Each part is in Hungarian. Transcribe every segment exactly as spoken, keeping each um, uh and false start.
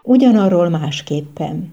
ugyanarról másképpen.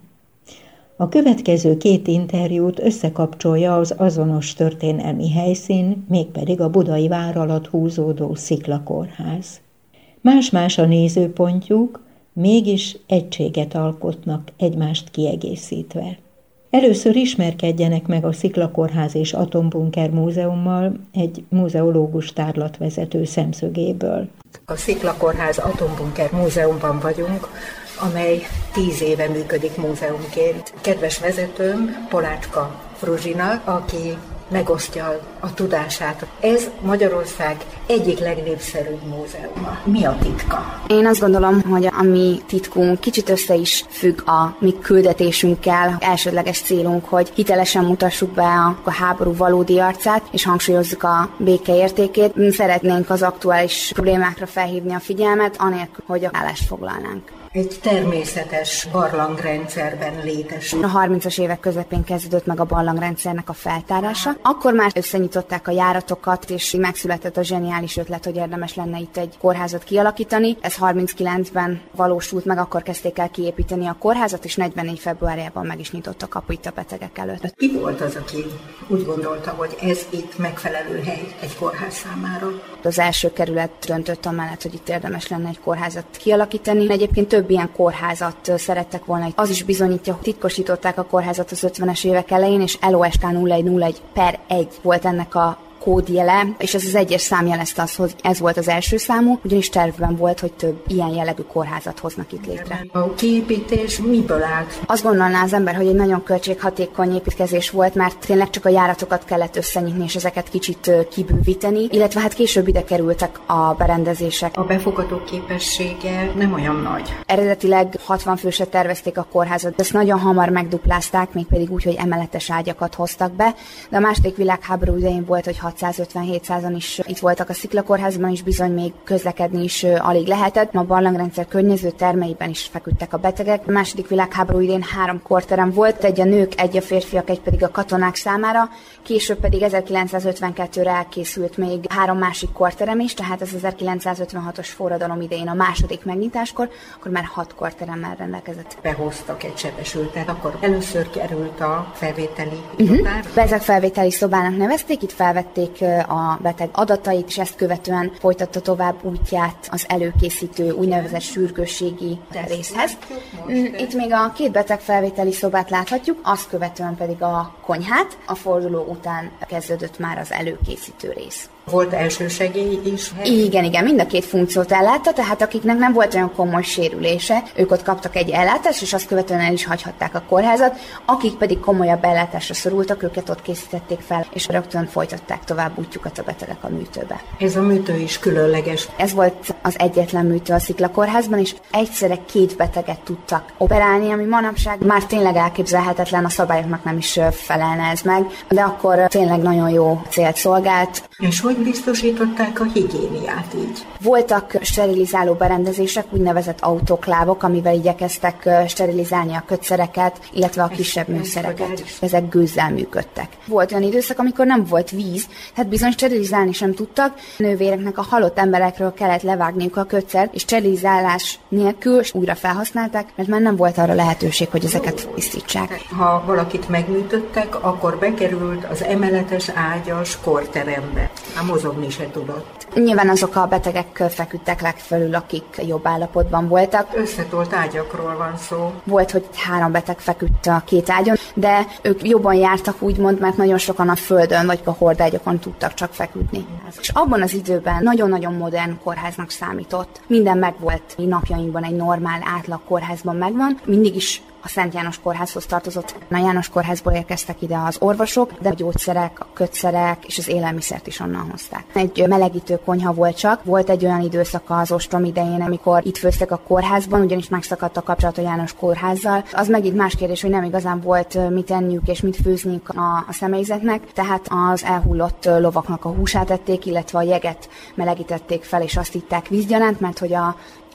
A következő két interjút összekapcsolja az azonos történelmi helyszín, mégpedig a budai vár alatt húzódó Sziklakórház. Más-más a nézőpontjuk, mégis egységet alkotnak, egymást kiegészítve. Először ismerkedjenek meg a Sziklakórház és Atombunker Múzeummal egy múzeológus tárlatvezető szemszögéből. A Sziklakórház Atombunker Múzeumban vagyunk, amely tíz éve működik múzeumként. Kedves vezetőm, Polácska Fruzsina, aki megosztja a tudását. Ez Magyarország egyik legnépszerűbb múzeuma. Mi a titka? Én azt gondolom, hogy a mi titkunk kicsit össze is függ a mi küldetésünkkel. Elsődleges célunk, hogy hitelesen mutassuk be a, a háború valódi arcát, és hangsúlyozzuk a béke értékét. Szeretnénk az aktuális problémákra felhívni a figyelmet, anélkül, hogy állást foglalnánk. Egy természetes barlangrendszerben létesül. A harmincas évek közepén kezdődött meg a barlangrendszernek a feltárása. Akkor már összenyitották a járatokat, és megszületett a zseniális ötlet, hogy érdemes lenne itt egy kórházat kialakítani. Ez harminckilencben valósult meg, akkor kezdték el kiépíteni a kórházat, és negyvennégy februárjában meg is nyitott a kapu itt a betegek előtt. Ki volt az, aki úgy gondolta, hogy ez itt megfelelő hely egy kórház számára? Az első kerület döntött amellett, hogy itt érdemes lenne egy kórházat kialakítani. Egyébként több ilyen kórházat szerettek volna. Az is bizonyítja, hogy titkosították a kórházat az ötvenes évek elején, és L O S K nulla egy nulla egy per egy volt ennek a kódjele, és ez az egyes szám jelezte azt, hogy ez volt az első számú, ugyanis tervben volt, hogy több ilyen jellegű kórházat hoznak itt létre. A kiépítés miből állt? Azt gondolná az ember, hogy egy nagyon költséghatékony építkezés volt, mert tényleg csak a járatokat kellett összenyitni, és ezeket kicsit kibővíteni, illetve hát később ide kerültek a berendezések. A befogadó képessége nem olyan nagy. Eredetileg hatvan fősre tervezték a kórházat, ezt nagyon hamar megduplázták, mégpedig úgy, hogy emeletes ágyakat hoztak be, de a második világháború idején volt, hogy hatszáz-ötven-hétszázan is itt voltak a Sziklakórházban, és bizony még közlekedni is alig lehetett. A barlangrendszer környező termeiben is feküdtek a betegek. A második világháború idején három korterem volt, egy a nők, egy a férfiak, egy pedig a katonák számára. Később pedig ezerkilencszázötvenkettőre elkészült még három másik korterem is, tehát ez ezerkilencszázötvenhatos forradalom idején a második megnyitáskor, akkor már hat korteremmel rendelkezett. Behoztak egy sebesültet, akkor először került a felvételi uh-huh. irodára. Bezeg felvételi szobának nevezték, itt felvették a beteg adatait, és ezt követően folytatta tovább útját az előkészítő úgynevezett sürgősségi részhez. Itt még a két beteg felvételi szobát láthatjuk, azt követően pedig a konyhát. A forduló után kezdődött már az előkészítő rész. Volt elsősegély is? Igen, igen, mind a két funkciót ellátta, tehát akiknek nem volt olyan komoly sérülése, ők ott kaptak egy ellátást, és azt követően el is hagyhatták a kórházat, akik pedig komolyabb ellátásra szorultak, őket ott készítették fel, és rögtön folytatták tovább útjukat a betegek a műtőbe. Ez a műtő is különleges. Ez volt az egyetlen műtő a Sziklakórházban, és egyszerre két beteget tudtak operálni, ami manapság már tényleg elképzelhetetlen, a szabályoknak nem is felelne ez meg, de akkor tényleg nagyon jó célt szolgált. És hogy biztosították a higiéniát így? Voltak sterilizáló berendezések, úgynevezett autoklávok, amivel igyekeztek sterilizálni a kötszereket, illetve a kisebb műszereket. Ezek gőzzel működtek. Volt olyan időszak, amikor nem volt víz, tehát bizony sterilizálni sem tudtak. A nővéreknek a halott emberekről kellett levágniuk a kötszert, és sterilizálás nélkül újra felhasználták, mert már nem volt arra lehetőség, hogy ezeket tisztítsák. Ha valakit megműtöttek, akkor bekerült az emeletes ágyas korterembe. A mozogni se tudott. Nyilván azok a betegek feküdtek legfelül, akik jobb állapotban voltak. Összetolt ágyakról van szó. Volt, hogy három beteg feküdt a két ágyon, de ők jobban jártak úgymond, mert nagyon sokan a földön vagy a hordágyakon tudtak csak feküdni. És abban az időben nagyon-nagyon modern kórháznak számított. Minden megvolt, napjainkban egy normál átlag kórházban megvan. Mindig is a Szent János Kórházhoz tartozott. A János Kórházból érkeztek ide az orvosok, de a gyógyszerek, a kötszerek és az élelmiszert is onnan hozták. Egy melegítő konyha volt csak. Volt egy olyan időszaka az ostrom idején, amikor itt főztek a kórházban, ugyanis megszakadt a kapcsolat a János Kórházzal. Az megint más kérdés, hogy nem igazán volt mit enniük és mit főzniük a, a személyzetnek, tehát az elhullott lovaknak a húsát ették, illetve a jeget melegítették fel, és azt itták vízgyanánt, mert hogy a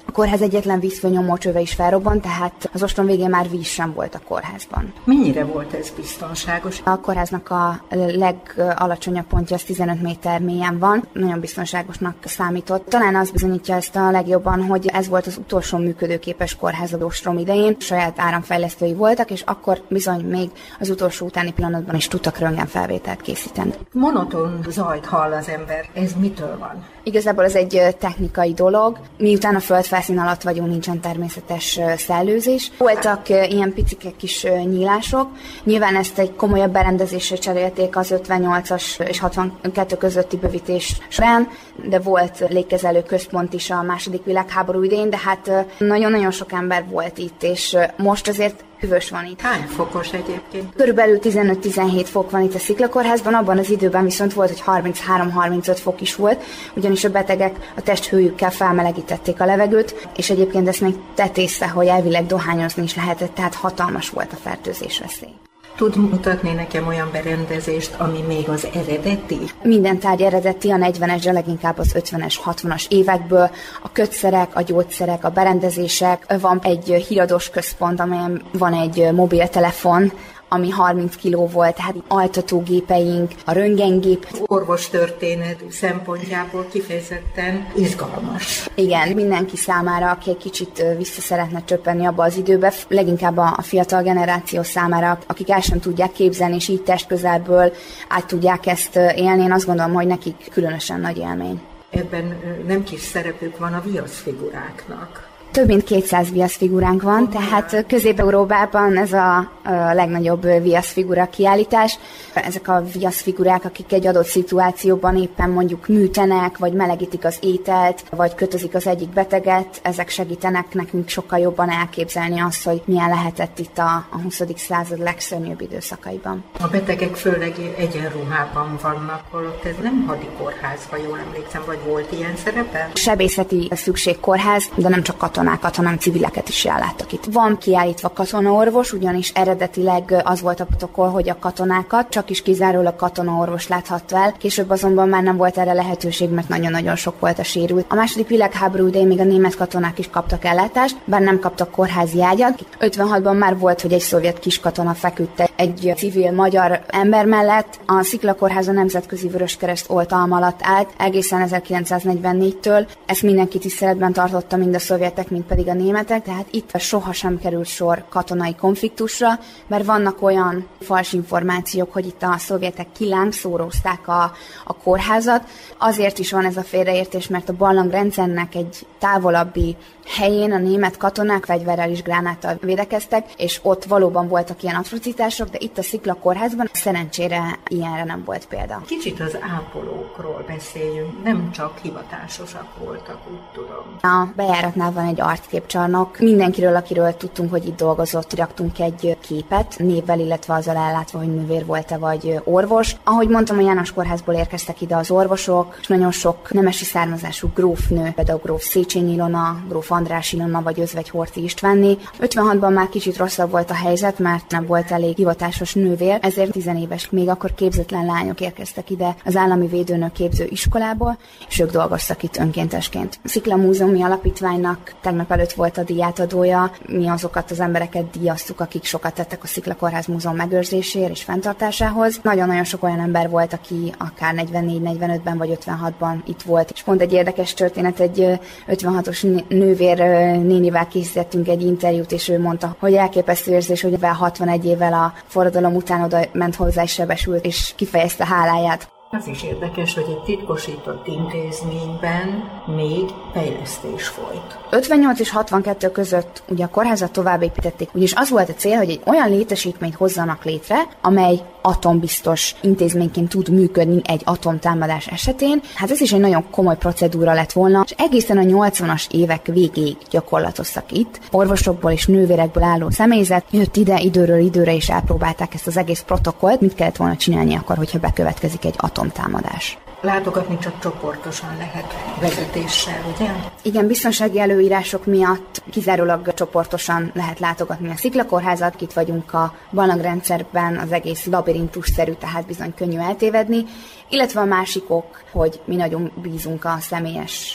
A kórház egyetlen vízfőnyomó csöve is felrobbant, tehát az ostrom végén már víz sem volt a kórházban. Mennyire volt ez biztonságos? A kórháznak a legalacsonyabb pontja az tizenöt méter mélyen van, nagyon biztonságosnak számított. Talán az bizonyítja ezt a legjobban, hogy ez volt az utolsó működőképes kórház az ostrom idején, saját áramfejlesztői voltak, és akkor bizony még az utolsó utáni pillanatban is tudtak röntgenfelvételt készíteni. Monoton zajt hall az ember. Ez mitől van? Igazából ez egy technikai dolog. Miután a földfelszín alatt vagyunk, nincsen természetes szellőzés. Voltak ilyen picike kis nyílások. Nyilván ezt egy komolyabb berendezésre cserélték az ötvennyolcas és hatvankettő közötti bővítés során, de volt légkezelő központ is a második világháború idején, de hát nagyon-nagyon sok ember volt itt, és most azért hűvös van itt. Hány fokos egyébként? Körülbelül tizenöt-tizenhét fok van itt a sziklakórházban, abban az időben viszont volt, hogy harminchárom-harmincöt fok is volt, ugyanis a betegek a testhőjükkel felmelegítették a levegőt, és egyébként ezt még tetézte, hogy elvileg dohányozni is lehetett, tehát hatalmas volt a fertőzés veszély. Tud mutatni nekem olyan berendezést, ami még az eredeti? Minden tárgy eredeti, a negyvenes, de leginkább az ötvenes, hatvanas évekből. A kötszerek, a gyógyszerek, a berendezések. Van egy híradós központ, amelyen van egy mobiltelefon, ami harminc kiló volt, tehát altatógépeink, a röntgengép. Orvostörténet szempontjából kifejezetten izgalmas. Igen, mindenki számára, aki egy kicsit vissza szeretne csöppenni abba az időbe, leginkább a fiatal generáció számára, akik el sem tudják képzelni, és így testközelből át tudják ezt élni. Én azt gondolom, hogy nekik különösen nagy élmény. Ebben nem kis szerepük van a viaszfiguráknak. Több mint kétszáz viaszfiguránk van, tehát Közép-Európában ez a, a legnagyobb viaszfigura kiállítás. Ezek a viaszfigurák, akik egy adott szituációban éppen mondjuk műtenek, vagy melegítik az ételt, vagy kötözik az egyik beteget, ezek segítenek nekünk sokkal jobban elképzelni azt, hogy milyen lehetett itt a, a huszadik század legszörnyűbb időszakaiban. A betegek főleg egyenruhában vannak, holott ez nem hadikórház, ha jól emlékszem, vagy volt ilyen szerepe? Sebészeti szükségkórház, de nem csak katonákat, hanem civileket is elláttak itt. Van kiállítva katonaorvos, ugyanis eredetileg az volt a protokoll, hogy a katonákat csak is kizárólag katonaorvos láthatta el. Később azonban már nem volt erre lehetőség, mert nagyon-nagyon sok volt a sérült. A második világháború idején még a német katonák is kaptak ellátást, bár nem kaptak kórházi ágyat. ötvenhatban már volt, hogy egy szovjet kiskatona feküdt egy civil magyar ember mellett. A Sziklakórház a Nemzetközi Vöröskereszt oltalma alatt állt egészen ezerkilencszáznegyvennégytől. Ezt mindenki tiszteletben tartotta, mind a szovjetek, mint pedig a németek, tehát itt sohasem került sor katonai konfliktusra, mert vannak olyan fals információk, hogy itt a szovjetek kilángszórózták a, a kórházat. Azért is van ez a félreértés, mert a barlangrendszernek egy távolabbi helyén a német katonák fegyverrel és gránáttal védekeztek, és ott valóban voltak ilyen atrocitások, de itt a Sziklakórházban szerencsére ilyenre nem volt példa. Kicsit az ápolókról beszéljünk, nem csak hivatásosak voltak, úgy tudom. A bejáratnál van egy arcképcsarnok. Mindenkiről, akiről tudtunk, hogy itt dolgozott, raktunk egy képet, névvel, illetve azzal ellátva, hogy nővér volt-e vagy orvos. Ahogy mondtam, a János Kórházból érkeztek ide az orvosok, és nagyon sok nemesi származású grófnő, például gróf Széchenyi Ilona, gróf András Ilona vagy Özvegy Horthy Istvánné. ötvenhatban már kicsit rosszabb volt a helyzet, mert nem volt elég hivatásos nővér, ezért tizenéves, még akkor képzetlen lányok érkeztek ide az Állami Védőnök képző iskolából, és ők dolgoztak itt önkéntesként. A Szikla Múzeumi Alapítványnak tegnap előtt volt a díjátadója, mi azokat az embereket díjaztuk, akik sokat tettek a Sziklakórház múzeum megőrzéséért és fenntartásához. Nagyon-nagyon sok olyan ember volt, aki akár negyvennégy negyvenötben vagy ötvenhatban itt volt. És pont egy érdekes történet, egy ötvenhatos nővér nénivel készítettünk egy interjút, és ő mondta, hogy elképesztő érzés, hogy hatvanegy évvel a forradalom után oda ment hozzá és sebesült, és kifejezte háláját. Az is érdekes, hogy egy titkosított intézményben még fejlesztés folyt. ötvennyolc és hatvankettő között ugye a kórházat továbbépítették, ugyanis az volt a cél, hogy egy olyan létesítményt hozzanak létre, amely atombiztos intézményként tud működni egy atomtámadás esetén. Hát ez is egy nagyon komoly procedúra lett volna, és egészen a nyolcvanas évek végéig gyakorlatoztak itt. Orvosokból és nővérekből álló személyzet jött ide időről időre, és elpróbálták ezt az egész protokollt, mit kellett volna csinálni akkor, hogyha bekövetkezik egy atomtámadás. Látogatni csak csoportosan lehet vezetéssel, ugye? Igen, biztonsági előírások miatt kizárólag csoportosan lehet látogatni a Sziklakórházat. Itt vagyunk a barlangrendszerben, az egész labirintusszerű, tehát bizony könnyű eltévedni, illetve a másik ok, hogy mi nagyon bízunk a személyes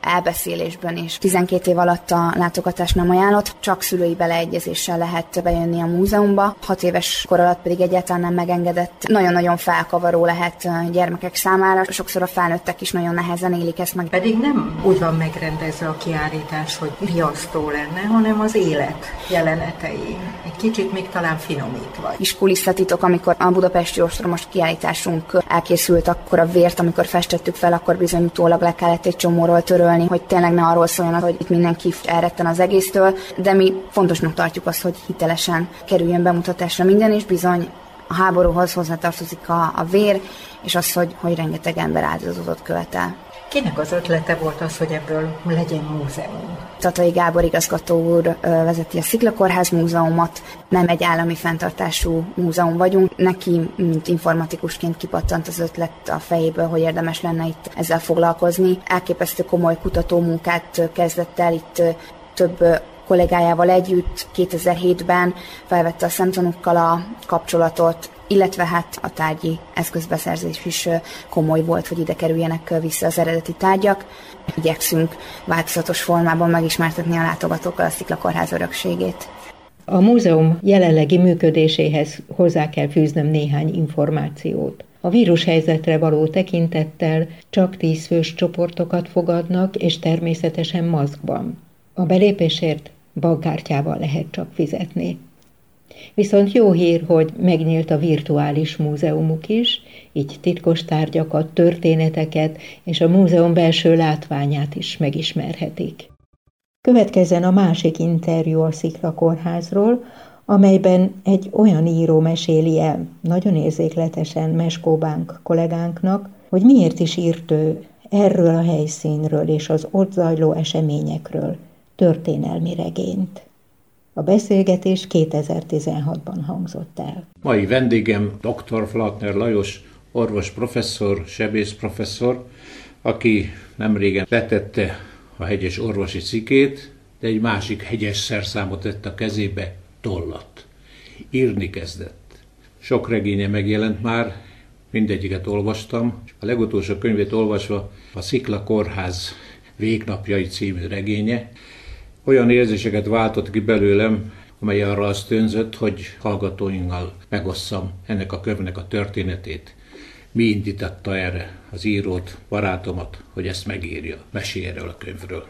elbeszélésben is. tizenkét év alatt a látogatás nem ajánlott, csak szülői beleegyezéssel lehet bejönni a múzeumba, hat éves kor alatt pedig egyáltalán nem megengedett. Nagyon-nagyon felkavaró lehet gyermekek számára, sokszor a felnőttek is nagyon nehezen élik ezt meg. Pedig nem úgy van megrendezve a kiállítás, hogy riasztó lenne, hanem az élet jelenetei. Egy kicsit még talán finomítva. Kis kulisszatitok, amikor a budapesti ostromos kiállításunk elkészült, akkor a vért, amikor festettük fel, akkor bizony utólag le kellett egy csomóról törölni, hogy tényleg ne arról szóljon, hogy itt mindenki elretten az egésztől, de mi fontosnak tartjuk azt, hogy hitelesen kerüljön bemutatásra minden, és bizony a háborúhoz hozzátartozik a, a vér, és az, hogy, hogy rengeteg ember áldozatot követel. Kinek az ötlete volt az, hogy ebből legyen múzeum? Tatai Gábor igazgató úr vezeti a Sziklakórház múzeumot, nem egy állami fenntartású múzeum vagyunk. Neki, mint informatikusként kipattant az ötlet a fejéből, hogy érdemes lenne itt ezzel foglalkozni. Elképesztő komoly kutatómunkát kezdett el itt több kollégájával együtt. kétezer-hétben felvette a szemtanúkkal a kapcsolatot, illetve hát a tárgyi eszközbeszerzés is komoly volt, hogy ide kerüljenek vissza az eredeti tárgyak. Igyekszünk változatos formában megismertetni a látogatókkal a Sziklakórház örökségét. A múzeum jelenlegi működéséhez hozzá kell fűznöm néhány információt. A vírushelyzetre való tekintettel csak tíz fős csoportokat fogadnak, és természetesen maszkban. A belépésért bankkártyával lehet csak fizetni. Viszont jó hír, hogy megnyílt a virtuális múzeumuk is, így titkos tárgyakat, történeteket és a múzeum belső látványát is megismerhetik. Következzen a másik interjú a Sziklakórházról, amelyben egy olyan író meséli el, nagyon érzékletesen Meskó Bánk kollégánknak, hogy miért is írt ő erről a helyszínről és az ott zajló eseményekről történelmi regényt. A beszélgetés kétezer-tizenhatban hangzott el. Mai vendégem dr. Flatner Lajos, orvos professzor, sebész professzor, aki nemrégen letette a hegyes orvosi cikét, de egy másik hegyes szerszámot tett a kezébe, tollat. Írni kezdett. Sok regénye megjelent már, mindegyiket olvastam. A legutolsó könyvét olvasva a Sziklakórház végnapjai című regénye. Olyan érzéseket váltott ki belőlem, amely arra azt önzött, hogy hallgatóinkkal megosszam ennek a könyvnek a történetét. Mi indította erre az írót, barátomat, hogy ezt megírja, mesélj erről a könyvről.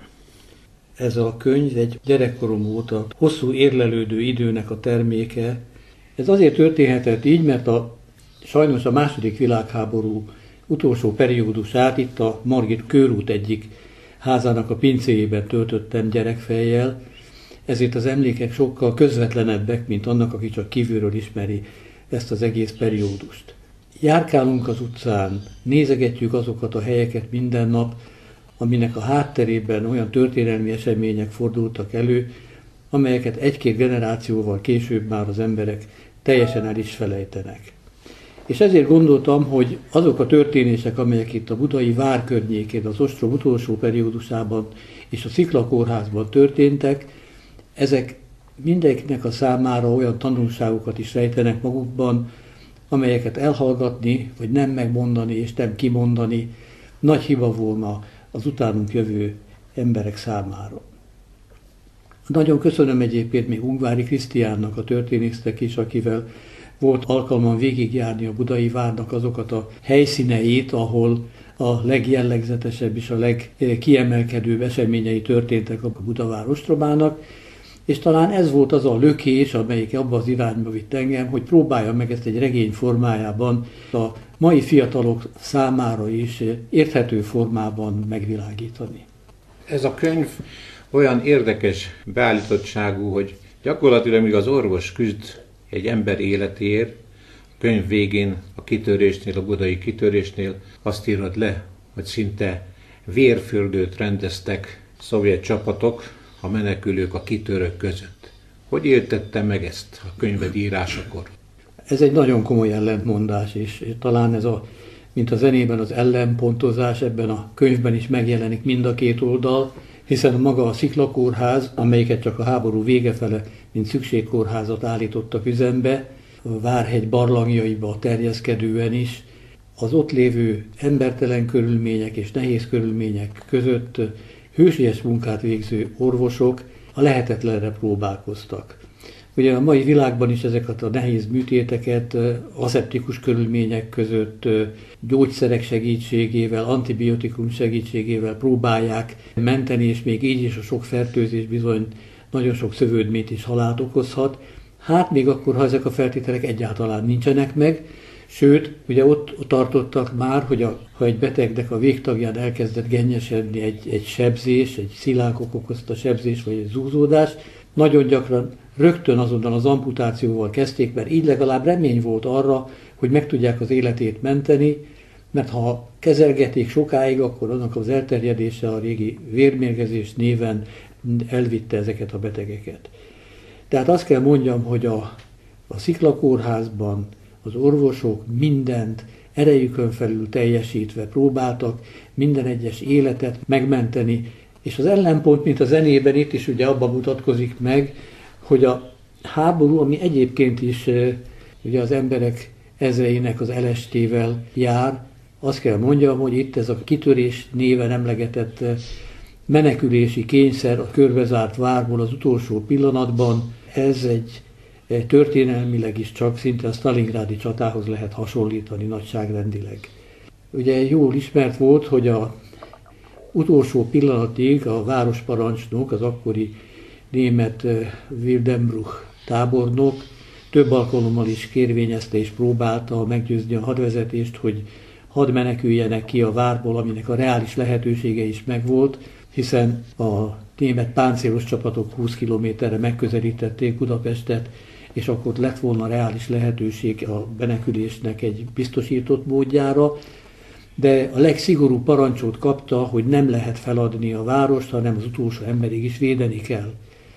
Ez a könyv egy gyerekkorom óta hosszú érlelődő időnek a terméke. Ez azért történhetett így, mert a, sajnos a második világháború utolsó periódusát itt a Margit körút egyik házának a pincéjében töltöttem gyerekfejjel, ezért az emlékek sokkal közvetlenebbek, mint annak, aki csak kívülről ismeri ezt az egész periódust. Járkálunk az utcán, nézegetjük azokat a helyeket minden nap, aminek a hátterében olyan történelmi események fordultak elő, amelyeket egy-két generációval később már az emberek teljesen el is felejtenek. És ezért gondoltam, hogy azok a történések, amelyek itt a budai vár környékén, az ostrom utolsó periódusában és a Sziklakórházban történtek, ezek mindenkinek a számára olyan tanulságokat is rejtenek magukban, amelyeket elhallgatni, vagy nem megmondani és nem kimondani nagy hiba volna az utánunk jövő emberek számára. Nagyon köszönöm egyébként még Ungvári Krisztiánnak, a történésznek is, akivel volt alkalmam végigjárni a budai várnak azokat a helyszíneit, ahol a legjellegzetesebb és a legkiemelkedőbb eseményei történtek a Budavár ostromának, és talán ez volt az a lökés, amelyik abba az irányba vitt engem, hogy próbáljam meg ezt egy regény formájában a mai fiatalok számára is érthető formában megvilágítani. Ez a könyv olyan érdekes beállítottságú, hogy gyakorlatilag míg az orvos küzd egy ember életéért, a könyv végén a kitörésnél, a budai kitörésnél azt írod le, hogy szinte vérfürdőt rendeztek szovjet csapatok, a menekülők a kitörők között. Hogy éltette meg ezt a könyved írásakor? Ez egy nagyon komoly ellentmondás, és talán ez a, mint a zenében az ellenpontozás ebben a könyvben is megjelenik mind a két oldal, hiszen maga a Sziklakórház, amelyiket csak a háború vége fele, mint szükségkórházat állítottak üzembe, a Várhegy barlangjaiba terjeszkedően is, az ott lévő embertelen körülmények és nehéz körülmények között hősies munkát végző orvosok a lehetetlenre próbálkoztak. Ugye a mai világban is ezeket a nehéz műtéteket aszeptikus körülmények között gyógyszerek segítségével, antibiotikum segítségével próbálják menteni, és még így is a sok fertőzés bizony nagyon sok szövődményt és halált okozhat. Hát még akkor, ha ezek a feltételek egyáltalán nincsenek meg, sőt, ugye ott tartottak már, hogy a, ha egy betegnek a végtagján elkezdett gennyesedni egy, egy sebzés, egy szilánkok okozta sebzés vagy egy zúzódás, nagyon gyakran rögtön azonnal az amputációval kezdték, mert így legalább remény volt arra, hogy meg tudják az életét menteni, mert ha kezelgetik sokáig, akkor annak az elterjedése a régi vérmérgezés néven elvitte ezeket a betegeket. Tehát azt kell mondjam, hogy a, a Sziklakórházban az orvosok mindent erejükön felül teljesítve próbáltak minden egyes életet megmenteni, és az ellenpont, mint a zenében itt is ugye abban mutatkozik meg, hogy a háború, ami egyébként is ugye az emberek ezreinek az elestével jár, azt kell mondjam, hogy itt ez a kitörés néven emlegetett menekülési kényszer a körbezárt várból az utolsó pillanatban, ez egy, egy történelmileg is csak szinte a Sztalingrádi csatához lehet hasonlítani nagyságrendileg. Ugye jól ismert volt, hogy a utolsó pillanatig a városparancsnok, az akkori német Wildenbruch tábornok több alkalommal is kérvényezte és próbálta meggyőzni a hadvezetést, hogy hadd meneküljenek ki a várból, aminek a reális lehetősége is megvolt, hiszen a német páncélos csapatok húsz kilométerre megközelítették Budapestet, és akkor lett volna reális lehetőség a menekülésnek egy biztosított módjára, de a legszigorúbb parancsot kapta, hogy nem lehet feladni a várost, hanem az utolsó emberig is védeni kell.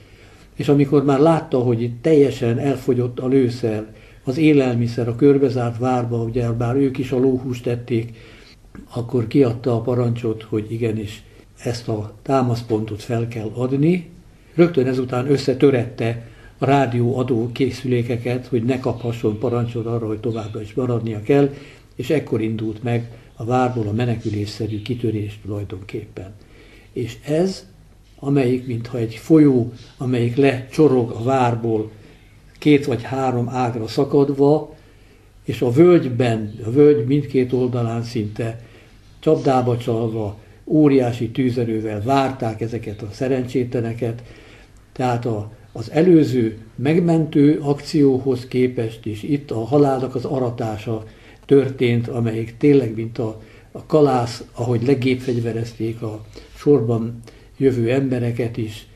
És amikor már látta, hogy itt teljesen elfogyott a lőszer, az élelmiszer, a körbezárt várba, ugye bár ők is a lóhúst ették, akkor kiadta a parancsot, hogy igenis ezt a támaszpontot fel kell adni. Rögtön ezután összetörette a rádióadó készülékeket, hogy ne kaphasson parancsot arra, hogy továbbra is maradnia kell, és ekkor indult meg a várból a menekülésszerű kitörés tulajdonképpen. És ez, amelyik mintha egy folyó, amelyik lecsorog a várból két vagy három ágra szakadva, és a völgyben, a völgy mindkét oldalán szinte csapdába csalva, óriási tűzerővel várták ezeket a szerencsétleneket, tehát a, az előző megmentő akcióhoz képest is itt a halálnak az aratása történt, amelyik tényleg, mint a, a kalász, ahogy legépfegyverezték a sorban jövő embereket is.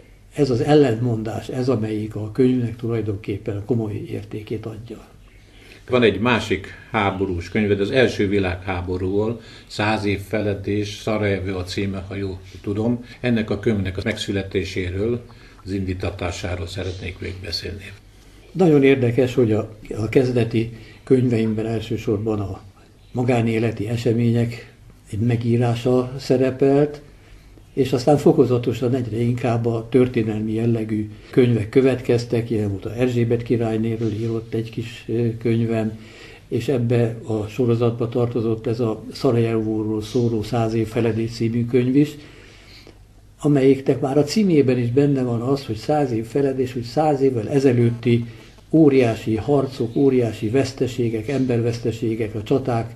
Ez az ellentmondás, ez amelyik a könyvnek tulajdonképpen a komoly értékét adja. Van egy másik háborús könyved, az első világháborúból, Száz év felett és Szarajevó a címe, ha jól tudom. Ennek a könyvnek a megszületéséről, az indítatásáról szeretnék még beszélni. Nagyon érdekes, hogy a, a kezdeti könyveimben elsősorban a magánéleti események egy megírása szerepelt, és aztán fokozatosan egyre inkább a történelmi jellegű könyvek következtek, ilyen volt a Erzsébet királynéről írott egy kis könyvem, és ebbe a sorozatba tartozott ez a Szarajevóról szóló Száz év feledés című könyv is, amelyiknek már a címében is benne van az, hogy száz év feledés, hogy száz évvel ezelőtti óriási harcok, óriási veszteségek, emberveszteségek, a csaták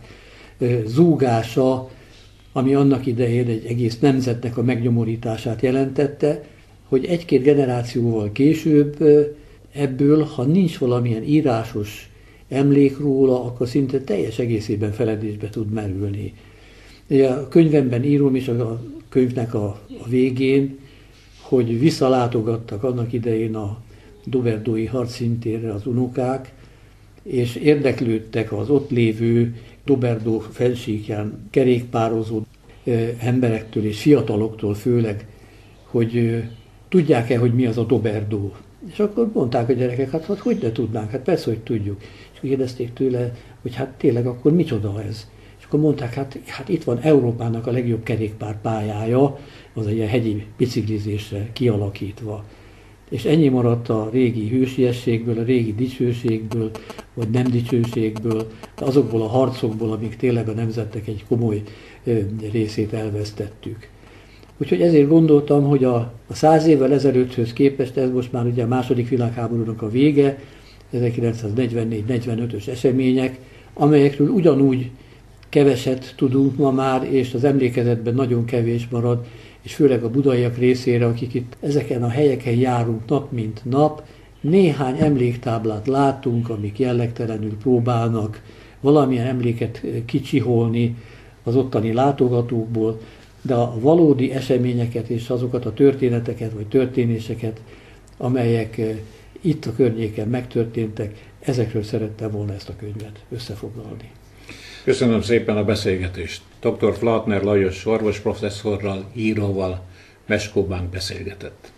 zúgása, ami annak idején egy egész nemzetnek a megnyomorítását jelentette, hogy egy-két generációval később ebből, ha nincs valamilyen írásos emlék róla, akkor szinte teljes egészében feledésbe tud merülni. A könyvemben írom is a könyvnek a, a végén, hogy visszalátogattak annak idején a doberdói harcszintérre az unokák, és érdeklődtek az ott lévő Doberdó fensíkján kerékpározó emberektől és fiataloktól főleg, hogy tudják-e, hogy mi az a Doberdó. És akkor mondták a gyerekek, hát, hát hogy ne tudnánk, hát persze, hogy tudjuk. És kérdezték tőle, hogy hát tényleg akkor micsoda ez. És akkor mondták, hát, hát itt van Európának a legjobb kerékpárpályája, az egy ilyen hegyi biciklizésre kialakítva. És ennyi maradt a régi hősiességből, a régi dicsőségből, vagy nem dicsőségből, azokból a harcokból, amik tényleg a nemzetnek egy komoly részét elvesztettük. Úgyhogy ezért gondoltam, hogy a, a száz évvel ezelőtthöz képest, ez most már ugye a második világháborúnak a vége, ezerkilencszáznegyvennégy negyvenötös események, amelyekről ugyanúgy keveset tudunk ma már, és az emlékezetben nagyon kevés marad, és főleg a budaiak részére, akik itt ezeken a helyeken járunk nap mint nap, néhány emléktáblát látunk, amik jellegtelenül próbálnak valamilyen emléket kicsiholni az ottani látogatókból, de a valódi eseményeket és azokat a történeteket vagy történéseket, amelyek itt a környéken megtörténtek, ezekről szerettem volna ezt a könyvet összefoglalni. Köszönöm szépen a beszélgetést. doktor Flatner Lajos orvosprofesszorral, íróval Meskó Bank beszélgetett.